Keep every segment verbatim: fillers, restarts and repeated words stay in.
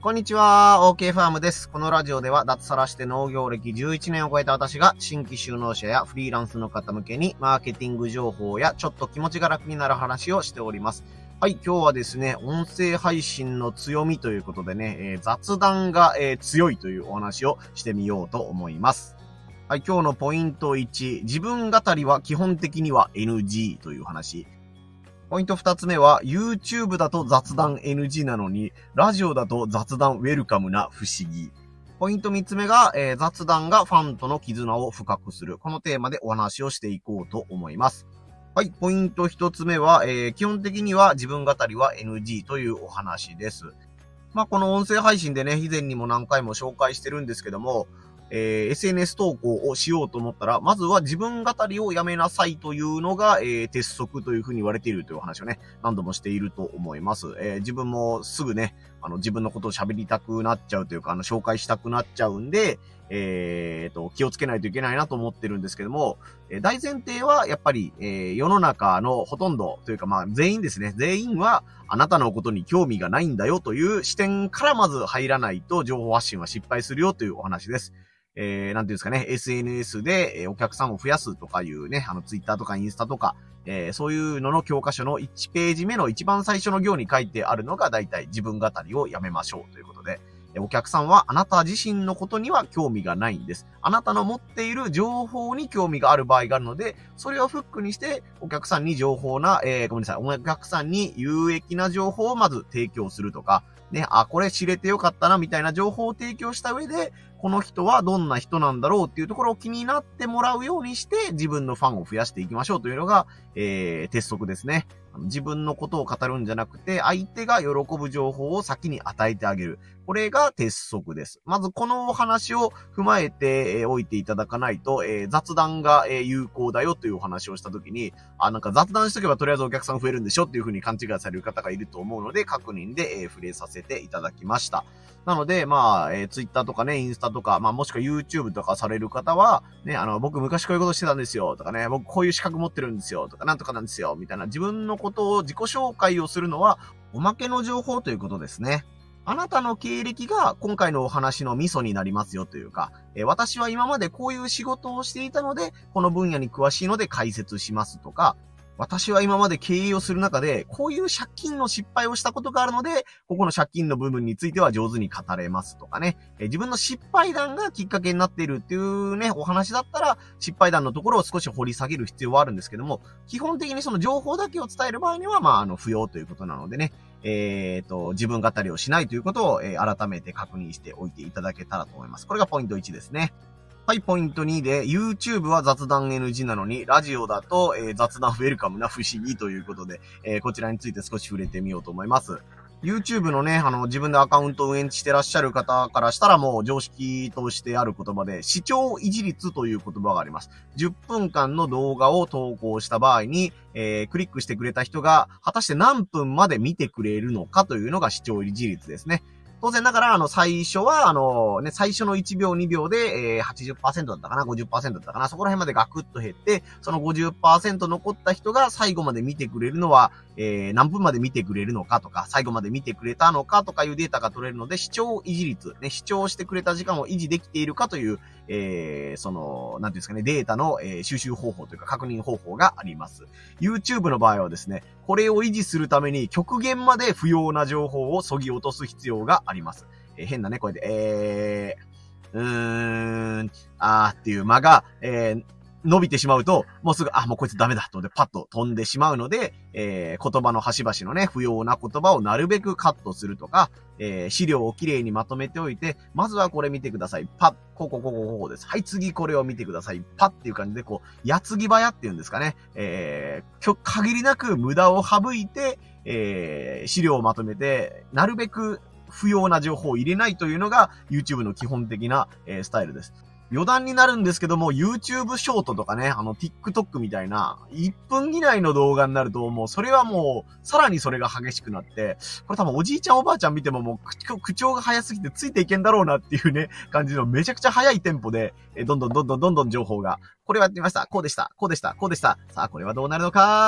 こんにちは、OK ファームです。このラジオでは脱サラして農業歴じゅういちねんを超えた私が新規就農者やフリーランスの方向けにマーケティング情報やちょっと気持ちが楽になる話をしております。はい、今日はですね、音声配信の強みということでね、えー、雑談が、えー、強いというお話をしてみようと思います。はい、今日のポイントいち、自分語りは基本的には エヌジー という話。ポイント二つ目は、YouTube だと雑談 エヌジー なのに、ラジオだと雑談ウェルカムな不思議。ポイント三つ目が、えー、雑談がファンとの絆を深くする。このテーマでお話をしていこうと思います。はい、ポイント一つ目は、えー、基本的には自分語りは エヌジー というお話です。まあ、この音声配信でね、以前にも何回も紹介してるんですけども、えー、エスエヌエス 投稿をしようと思ったら、まずは自分語りをやめなさいというのが、えー、鉄則というふうに言われているというお話をね、何度もしていると思います。えー、自分もすぐね、あの、自分のことを喋りたくなっちゃうというか、あの、紹介したくなっちゃうんで、えーと、気をつけないといけないなと思ってるんですけども、えー、大前提は、やっぱり、えー、世の中のほとんどというか、まあ、全員ですね、全員は、あなたのことに興味がないんだよという視点からまず入らないと、情報発信は失敗するよというお話です。えー、なんていうんですかね、エスエヌエス で、えー、お客さんを増やすとかいうね、あの、ツイッターとかインスタとか、えー、そういうのの教科書のいちページ目の一番最初の行に書いてあるのが、だいたい自分語りをやめましょうということで、お客さんはあなた自身のことには興味がないんです。あなたの持っている情報に興味がある場合があるので、それをフックにしてお客さんに情報な、えー、ごめんなさい、お客さんに有益な情報をまず提供するとか、ね、あ、これ知れてよかったなみたいな情報を提供した上で、この人はどんな人なんだろうっていうところを気になってもらうようにして、自分のファンを増やしていきましょうというのが、えー、鉄則ですね。自分のことを語るんじゃなくて、相手が喜ぶ情報を先に与えてあげる。これが鉄則です。まずこのお話を踏まえておいていただかないと、えー、雑談が有効だよというお話をしたときに、あ、なんか雑談しとけばとりあえずお客さん増えるんでしょっていうふうに勘違いされる方がいると思うので、確認で、えー、触れさせていただきました。なので、まあ、えー、ツイッターとかね、インスタとか、まあ、もしくは YouTube とかされる方は、ね、あの、僕昔こういうことしてたんですよ、とかね、僕こういう資格持ってるんですよ、とか、なんとかなんですよ、みたいな自分のことを自己紹介をするのは、おまけの情報ということですね。あなたの経歴が今回のお話のミソになりますよというか、えー、私は今までこういう仕事をしていたので、この分野に詳しいので解説しますとか、私は今まで経営をする中で、こういう借金の失敗をしたことがあるので、ここの借金の部分については上手に語れますとかね。え自分の失敗談がきっかけになっているっていうね、お話だったら、失敗談のところを少し掘り下げる必要はあるんですけども、基本的にその情報だけを伝える場合には、まあ、あの、不要ということなのでね。えっと、自分語りをしないということを、えー、改めて確認しておいていただけたらと思います。これがポイントいちですね。はい、ポイントにで、YouTube は雑談 エヌジー なのに、ラジオだと、えー、雑談ウェルカムな不思議ということで、えー、こちらについて少し触れてみようと思います。YouTube のね、あの、自分でアカウントを運営してらっしゃる方からしたらもう常識としてある言葉で、視聴維持率という言葉があります。じゅっぷんかんの動画を投稿した場合に、えー、クリックしてくれた人が、果たして何分まで見てくれるのかというのが視聴維持率ですね。当然ながら、あの、最初は、あの、ね、最初のいちびょうにびょうで、えー、はちじゅっパーセント だったかな ?ごじゅっパーセント だったかなそこら辺までガクッと減って、その ごじゅっパーセント 残った人が最後まで見てくれるのは、えー、何分まで見てくれるのかとか、最後まで見てくれたのかとかいうデータが取れるので、視聴維持率、ね、視聴してくれた時間を維持できているかという、えー、その、なんていうんですかね、データの、えー、収集方法というか確認方法があります。YouTube の場合はですね、これを維持するために極限まで不要な情報を削ぎ落とす必要があります。えー、変なね、これで、えー、うーん、あーっていう間が、えー、伸びてしまうと、もうすぐ、あ、もうこいつダメだと思ってパッと飛んでしまうので、えー、言葉の端々のね、不要な言葉をなるべくカットするとか、えー、資料をきれいにまとめておいて、まずはこれ見てください。パッ、こうこうこうこうこうです。はい、次これを見てください。パッっていう感じで、こう、矢継ぎ早っていうんですかね。えー、限りなく無駄を省いて、えー、資料をまとめて、なるべく不要な情報を入れないというのが YouTube の基本的な、えー、スタイルです。余談になるんですけども、YouTube ショートとかね、あの TikTok みたいないっぷん以内の動画になると、もうそれはもう、さらにそれが激しくなって、これ多分おじいちゃんおばあちゃん見てももう口調が早すぎてついていけんだろうなっていうね、感じのめちゃくちゃ早いテンポで、えどんどんどんどんどんどん情報が、これはやってみました、こうでした、こうでした、こうでした、さあこれはどうなるのか、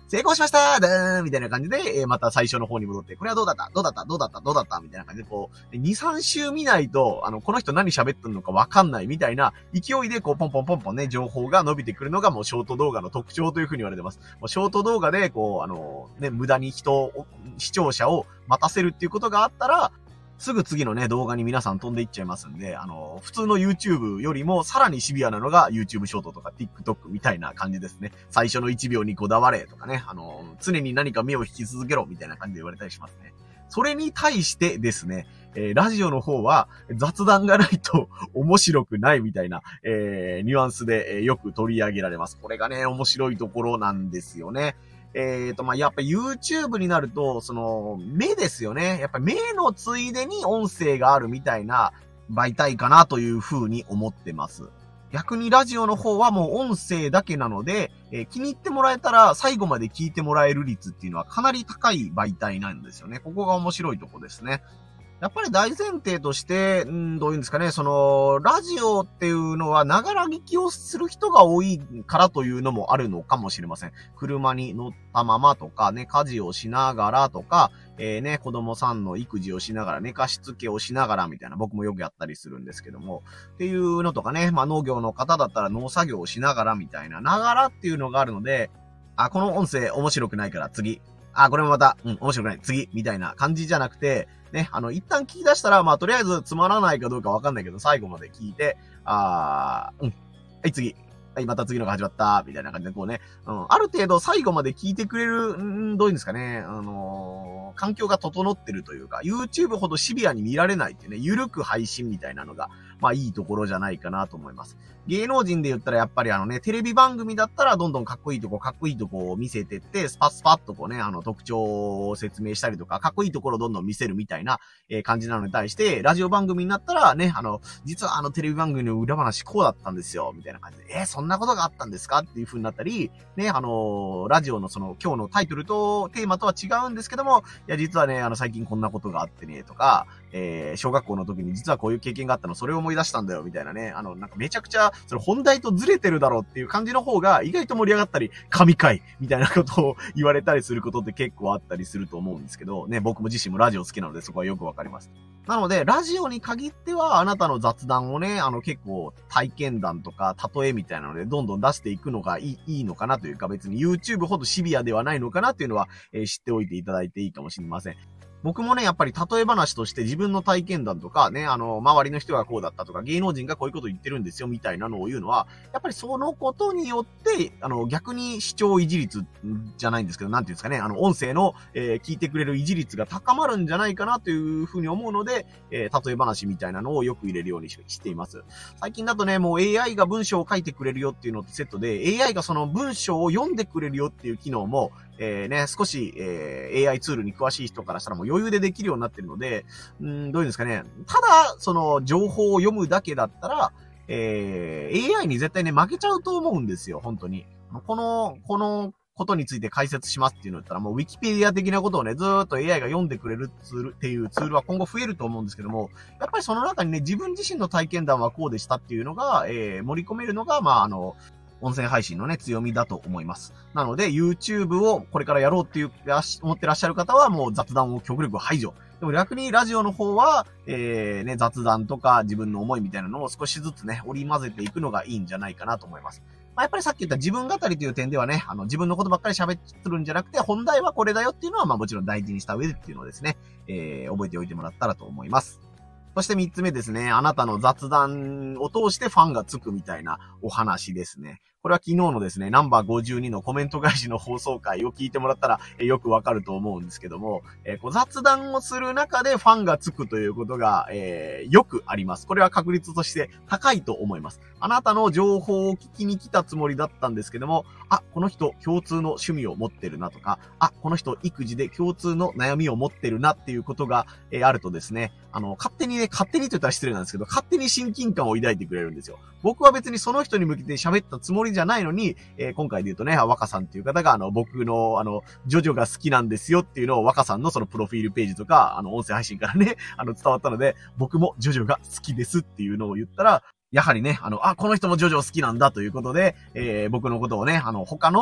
成功しましただーみたいな感じで、えー、また最初の方に戻って、これはどうだったどうだったどうだったどうだったみたいな感じで、こう、に、さん週見ないと、あの、この人何喋ってるのかわかんないみたいな勢いで、こう、ポンポンポンポンね、情報が伸びてくるのがもうショート動画の特徴というふうに言われてます。もうショート動画で、こう、あの、ね、無駄に人を、視聴者を待たせるっていうことがあったら、すぐ次のね、動画に皆さん飛んでいっちゃいますんで、あの、普通の YouTube よりもさらにシビアなのが YouTube ショートとか TikTok みたいな感じですね。最初のいちびょうにこだわれとかね、あの、常に何か目を引き続けろみたいな感じで言われたりしますね。それに対してですね、えー、ラジオの方は雑談がないと面白くないみたいな、えー、ニュアンスで、えー、よく取り上げられます。これがね、面白いところなんですよね。えっと、まあ、やっぱ YouTube になると、その、目ですよね。やっぱ目のついでに音声があるみたいな媒体かなというふうに思ってます。逆にラジオの方はもう音声だけなので、えー、気に入ってもらえたら最後まで聞いてもらえる率っていうのはかなり高い媒体なんですよね。ここが面白いとこですね。やっぱり大前提として、うん、どういうんですかね、その、ラジオっていうのは、ながら聞きをする人が多いからというのもあるのかもしれません。車に乗ったままとかね、家事をしながらとか、えー、ね、子供さんの育児をしながら、寝かしつけをしながらみたいな、僕もよくやったりするんですけども、っていうのとかね、まあ農業の方だったら農作業をしながらみたいな、ながらっていうのがあるので、あ、この音声面白くないから次。あ、これもまた、うん、面白くない。次。みたいな感じじゃなくて、ね、あの、一旦聞き出したら、まあ、とりあえずつまらないかどうかわかんないけど、最後まで聞いて、あー、うん。はい、次。はい、また次のが始まった。みたいな感じで、こうね、うん、ある程度最後まで聞いてくれる、んどういうんですかね、あのー、環境が整ってるというか、YouTube ほどシビアに見られないっていうね、ゆるく配信みたいなのが、まあいいところじゃないかなと思います。芸能人で言ったらやっぱりあのね、テレビ番組だったらどんどんかっこいいとこ、かっこいいとこを見せてって、スパスパッとこうね、あの特徴を説明したりとか、かっこいいところをどんどん見せるみたいな、えー、感じなのに対して、ラジオ番組になったらね、あの、実はあのテレビ番組の裏話こうだったんですよ、みたいな感じで、えー、そんなことがあったんですかっていう風になったり、ね、あのー、ラジオのその今日のタイトルとテーマとは違うんですけども、いや、実はね、あの最近こんなことがあってね、とか、えー、小学校の時に実はこういう経験があったの、それを思い出したんだよ、みたいなね。あの、なんかめちゃくちゃ、それ本題とずれてるだろうっていう感じの方が意外と盛り上がったり、神回みたいなことを言われたりすることって結構あったりすると思うんですけど、ね、僕も自身もラジオ好きなのでそこはよくわかります。なので、ラジオに限っては、あなたの雑談をね、あの結構体験談とか例えみたいなのでどんどん出していくのがいい、いいのかなというか、別に YouTube ほどシビアではないのかなっていうのは、えー、知っておいていただいていいかもしれません。僕もね、やっぱり例え話として自分の体験談とかね、あの、周りの人がこうだったとか、芸能人がこういうこと言ってるんですよ、みたいなのを言うのは、やっぱりそのことによって、あの、逆に視聴維持率じゃないんですけど、なんていうんですかね、あの、音声の、えー、聞いてくれる維持率が高まるんじゃないかなというふうに思うので、えー、例え話みたいなのをよく入れるようにしています。最近だとね、もう エーアイ が文章を書いてくれるよっていうのとセットで、エーアイ がその文章を読んでくれるよっていう機能も、えー、ね、少し、えー、エーアイ ツールに詳しい人からしたらもう余裕でできるようになってるので、うん、どういうんですかね。ただ、その、情報を読むだけだったら、えー、エーアイ に絶対ね、負けちゃうと思うんですよ、本当に。この、この、ことについて解説しますっていうのだったら、もう Wikipedia 的なことをね、ずーっと エーアイ が読んでくれるツールっていうツールは今後増えると思うんですけども、やっぱりその中にね、自分自身の体験談はこうでしたっていうのが、えー、盛り込めるのが、まあ、あの、音声配信のね、強みだと思います。なので、YouTube をこれからやろうっていう、思ってらっしゃる方は、もう雑談を極力排除。でも逆にラジオの方は、えー、ね、雑談とか自分の思いみたいなのを少しずつね、織り交ぜていくのがいいんじゃないかなと思います。まあ、やっぱりさっき言った自分語りという点ではね、あの、自分のことばっかり喋ってるんじゃなくて、本題はこれだよっていうのは、まあもちろん大事にした上でっていうのをですね、えー、覚えておいてもらったらと思います。そして三つ目ですね。あなたの雑談を通してファンがつくみたいなお話ですね。これは昨日のですね、ナンバーごじゅうにのコメント返しの放送回を聞いてもらったら、えよくわかると思うんですけども、えー、こう雑談をする中でファンがつくということが、えー、よくあります。これは確率として高いと思います。あなたの情報を聞きに来たつもりだったんですけども、あ、この人共通の趣味を持ってるなとか、あ、この人育児で共通の悩みを持ってるなっていうことが、えー、あるとですね、あの、勝手にね、勝手にと言ったら失礼なんですけど、勝手に親近感を抱いてくれるんですよ。僕は別にその人に向けて喋ったつもりじゃないのに、えー、今回で言うとね、若さんっていう方が、あの、僕の、あの、ジョジョが好きなんですよっていうのを若さんのそのプロフィールページとか、あの、音声配信からね、あの、伝わったので、僕もジョジョが好きですっていうのを言ったら、やはりね、あの、あ、この人もジョジョ好きなんだということで、えー、僕のことをね、あの、他の、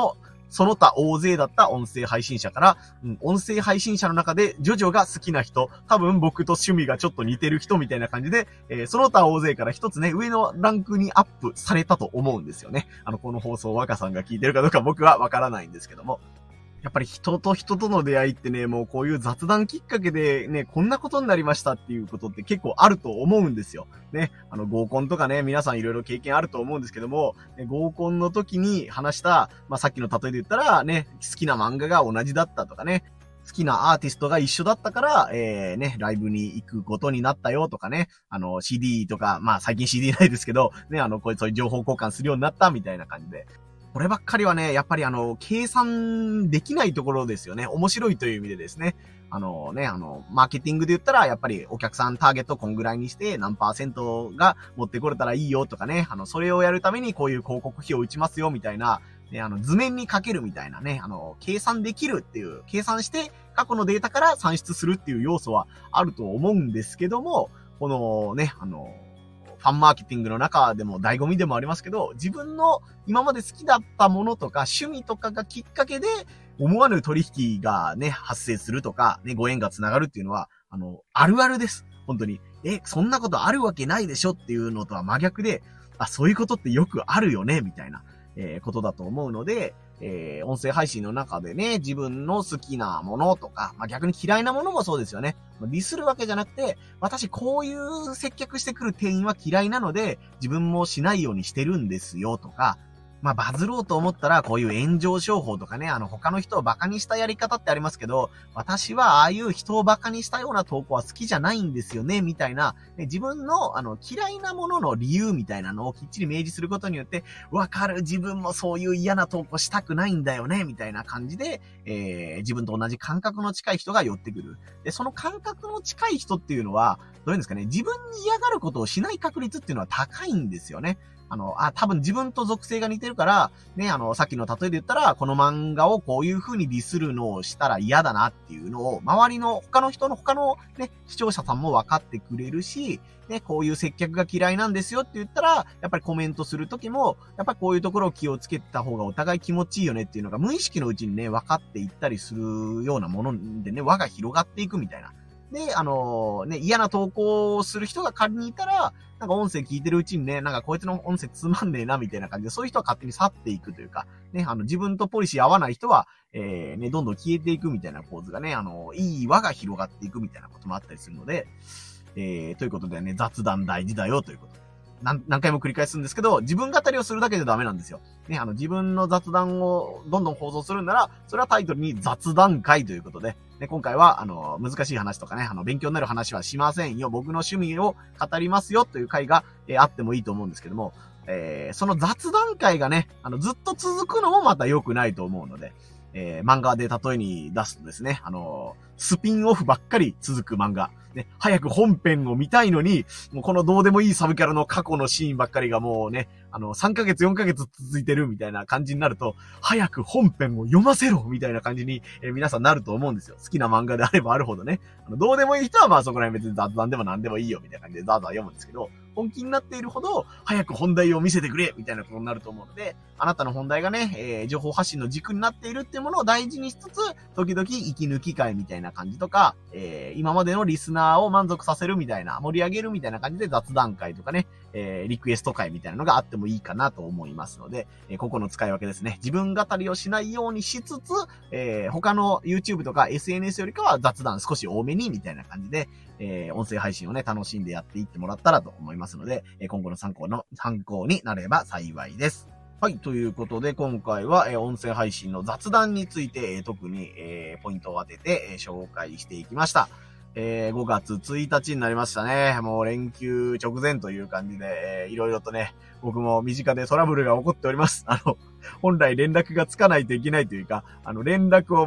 その他大勢だった音声配信者から、うん、音声配信者の中でジョジョが好きな人、多分僕と趣味がちょっと似てる人みたいな感じで、えー、その他大勢から一つね、上のランクにアップされたと思うんですよね。あの、この放送を若さんが聞いてるかどうか僕はわからないんですけども。やっぱり人と人との出会いってね、もうこういう雑談きっかけでね、こんなことになりましたっていうことって結構あると思うんですよ。ね、あの合コンとかね、皆さんいろいろ経験あると思うんですけども、ね、合コンの時に話した、まあ、さっきの例えで言ったらね、好きな漫画が同じだったとかね、好きなアーティストが一緒だったから、えー、ね、ライブに行くことになったよとかね、あの シーディー とか、まあ最近 シーディー ないですけど、ね、あのこういうそういう情報交換するようになったみたいな感じで。こればっかりはね、やっぱりあの、計算できないところですよね。面白いという意味でですね。あのね、あの、マーケティングで言ったら、やっぱりお客さんターゲットこんぐらいにして、何パーセントが持ってこれたらいいよとかね、あの、それをやるためにこういう広告費を打ちますよみたいな、ね、あの、図面にかけるみたいなね、あの、計算できるっていう、計算して過去のデータから算出するっていう要素はあると思うんですけども、このね、あの、ファンマーケティングの中でも醍醐味でもありますけど、自分の今まで好きだったものとか趣味とかがきっかけで思わぬ取引がね、発生するとか、ね、ご縁がつながるっていうのは、あの、あるあるです。本当に。え、そんなことあるわけないでしょっていうのとは真逆で、あ、そういうことってよくあるよね、みたいな、えー、ことだと思うので、えー、音声配信の中でね、自分の好きなものとか、まあ、逆に嫌いなものもそうですよね。ディスるわけじゃなくて、私こういう接客してくる店員は嫌いなので、自分もしないようにしてるんですよとか、まあ、バズろうと思ったら、こういう炎上商法とかね、あの、他の人をバカにしたやり方ってありますけど、私はああいう人をバカにしたような投稿は好きじゃないんですよね、みたいな、ね、自分の、あの、嫌いなものの理由みたいなのをきっちり明示することによって、わかる、自分もそういう嫌な投稿したくないんだよね、みたいな感じで、えー、自分と同じ感覚の近い人が寄ってくる。で、その感覚の近い人っていうのは、どういうんですかね、自分に嫌がることをしない確率っていうのは高いんですよね。あの、あ、多分自分と属性が似てるから、ね、あの、さっきの例えで言ったら、この漫画をこういう風にディスるのをしたら嫌だなっていうのを、周りの他の人の他のね、視聴者さんも分かってくれるし、ね、こういう接客が嫌いなんですよって言ったら、やっぱりコメントするときも、やっぱりこういうところを気をつけた方がお互い気持ちいいよねっていうのが無意識のうちにね、分かっていったりするようなものでね、輪が広がっていくみたいな。で、あのー、ね、嫌な投稿をする人が仮にいたら、なんか音声聞いてるうちにね、なんかこいつの音声つまんねえなみたいな感じで、そういう人は勝手に去っていくというか、ね、あの自分とポリシー合わない人は、えー、ね、どんどん消えていくみたいな構図がね、あのー、いい輪が広がっていくみたいなこともあったりするので、えー、ということでね、雑談大事だよということで。何, 何回も繰り返すんですけど、自分語りをするだけでダメなんですよ。ね、あの、自分の雑談をどんどん放送するなら、それはタイトルに雑談会ということで、ね、今回は、あの、難しい話とかね、あの、勉強になる話はしませんよ。僕の趣味を語りますよという回が、えー、あってもいいと思うんですけども、えー、その雑談会がね、あの、ずっと続くのもまた良くないと思うので、えー、漫画で例えに出すとですね、あの、スピンオフばっかり続く漫画。ね、早く本編を見たいのに、もうこのどうでもいいサブキャラの過去のシーンばっかりがもうね、あの、さんかげつよんかげつ続いてるみたいな感じになると、早く本編を読ませろみたいな感じに、えー、皆さんなると思うんですよ。好きな漫画であればあるほどね。あのどうでもいい人はまあそこら辺別に雑談でも何でもいいよみたいな感じでザーザー読むんですけど、本気になっているほど、早く本題を見せてくれみたいなことになると思うので、あなたの本題がね、えー、情報発信の軸になっているっていうものを大事にしつつ、時々息抜き会みたいな感じとか、えー、今までのリスナーを満足させるみたいな、盛り上げるみたいな感じで雑談会とかね、えー、リクエスト会みたいなのがあってもいいかなと思いますので、えー、ここの使い分けですね。自分語りをしないようにしつつ、えー、他の YouTube とか エスエヌエス よりかは雑談少し多めにみたいな感じで、えー、音声配信をね、楽しんでやっていってもらったらと思いますので、えー、今後の参考の、参考になれば幸いです。はい。ということで、今回は、えー、音声配信の雑談について、えー、特に、えー、ポイントを当てて、えー、紹介していきました。えー、ごがつついたちになりましたね。もう連休直前という感じで、えー、いろいろとね、僕も身近でトラブルが起こっております。あの、本来連絡がつかないといけないというか、あの、連絡を待っ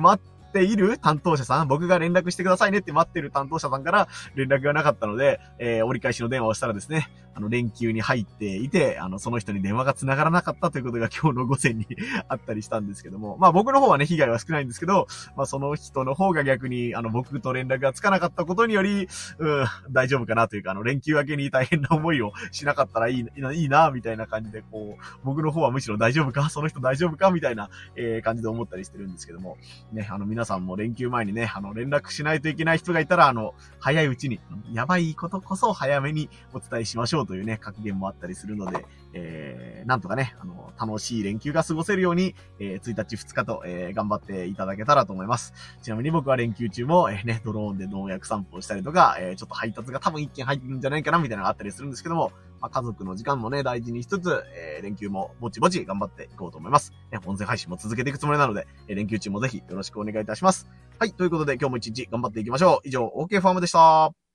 っている担当者さん、僕が連絡してくださいねって待ってる担当者さんから連絡がなかったので、えー、折り返しの電話をしたらですね、あの、連休に入っていて、あの、その人に電話が繋がらなかったということが今日の午前にあったりしたんですけども、まあ僕の方はね、被害は少ないんですけど、まあその人の方が逆に、あの、僕と連絡がつかなかったことにより、うん、大丈夫かなというか、あの、連休明けに大変な思いをしなかったらいい、いいな、みたいな感じで、こう、僕の方はむしろ大丈夫かその人大丈夫かみたいな、えー、感じで思ったりしてるんですけども、ね、あの、皆さんも連休前にね、あの、連絡しないといけない人がいたら、あの、早いうちに、やばいことこそ早めにお伝えしましょうというね、格言もあったりするので、えー、なんとかね、あの、楽しい連休が過ごせるように、えー、ついたちふつかと、えー、頑張っていただけたらと思います。ちなみに僕は連休中も、えー、ね、ドローンで農薬散布をしたりとか、えー、ちょっと配達が多分一件入ってるんじゃないかなみたいなのがあったりするんですけども、まあ、家族の時間もね、大事にしつつ、えー、連休もぼちぼち頑張っていこうと思います。ね、音声配信も続けていくつもりなので、えー、連休中もぜひよろしくお願いいたします。はい、ということで今日も一日頑張っていきましょう。以上、OK ファームでした。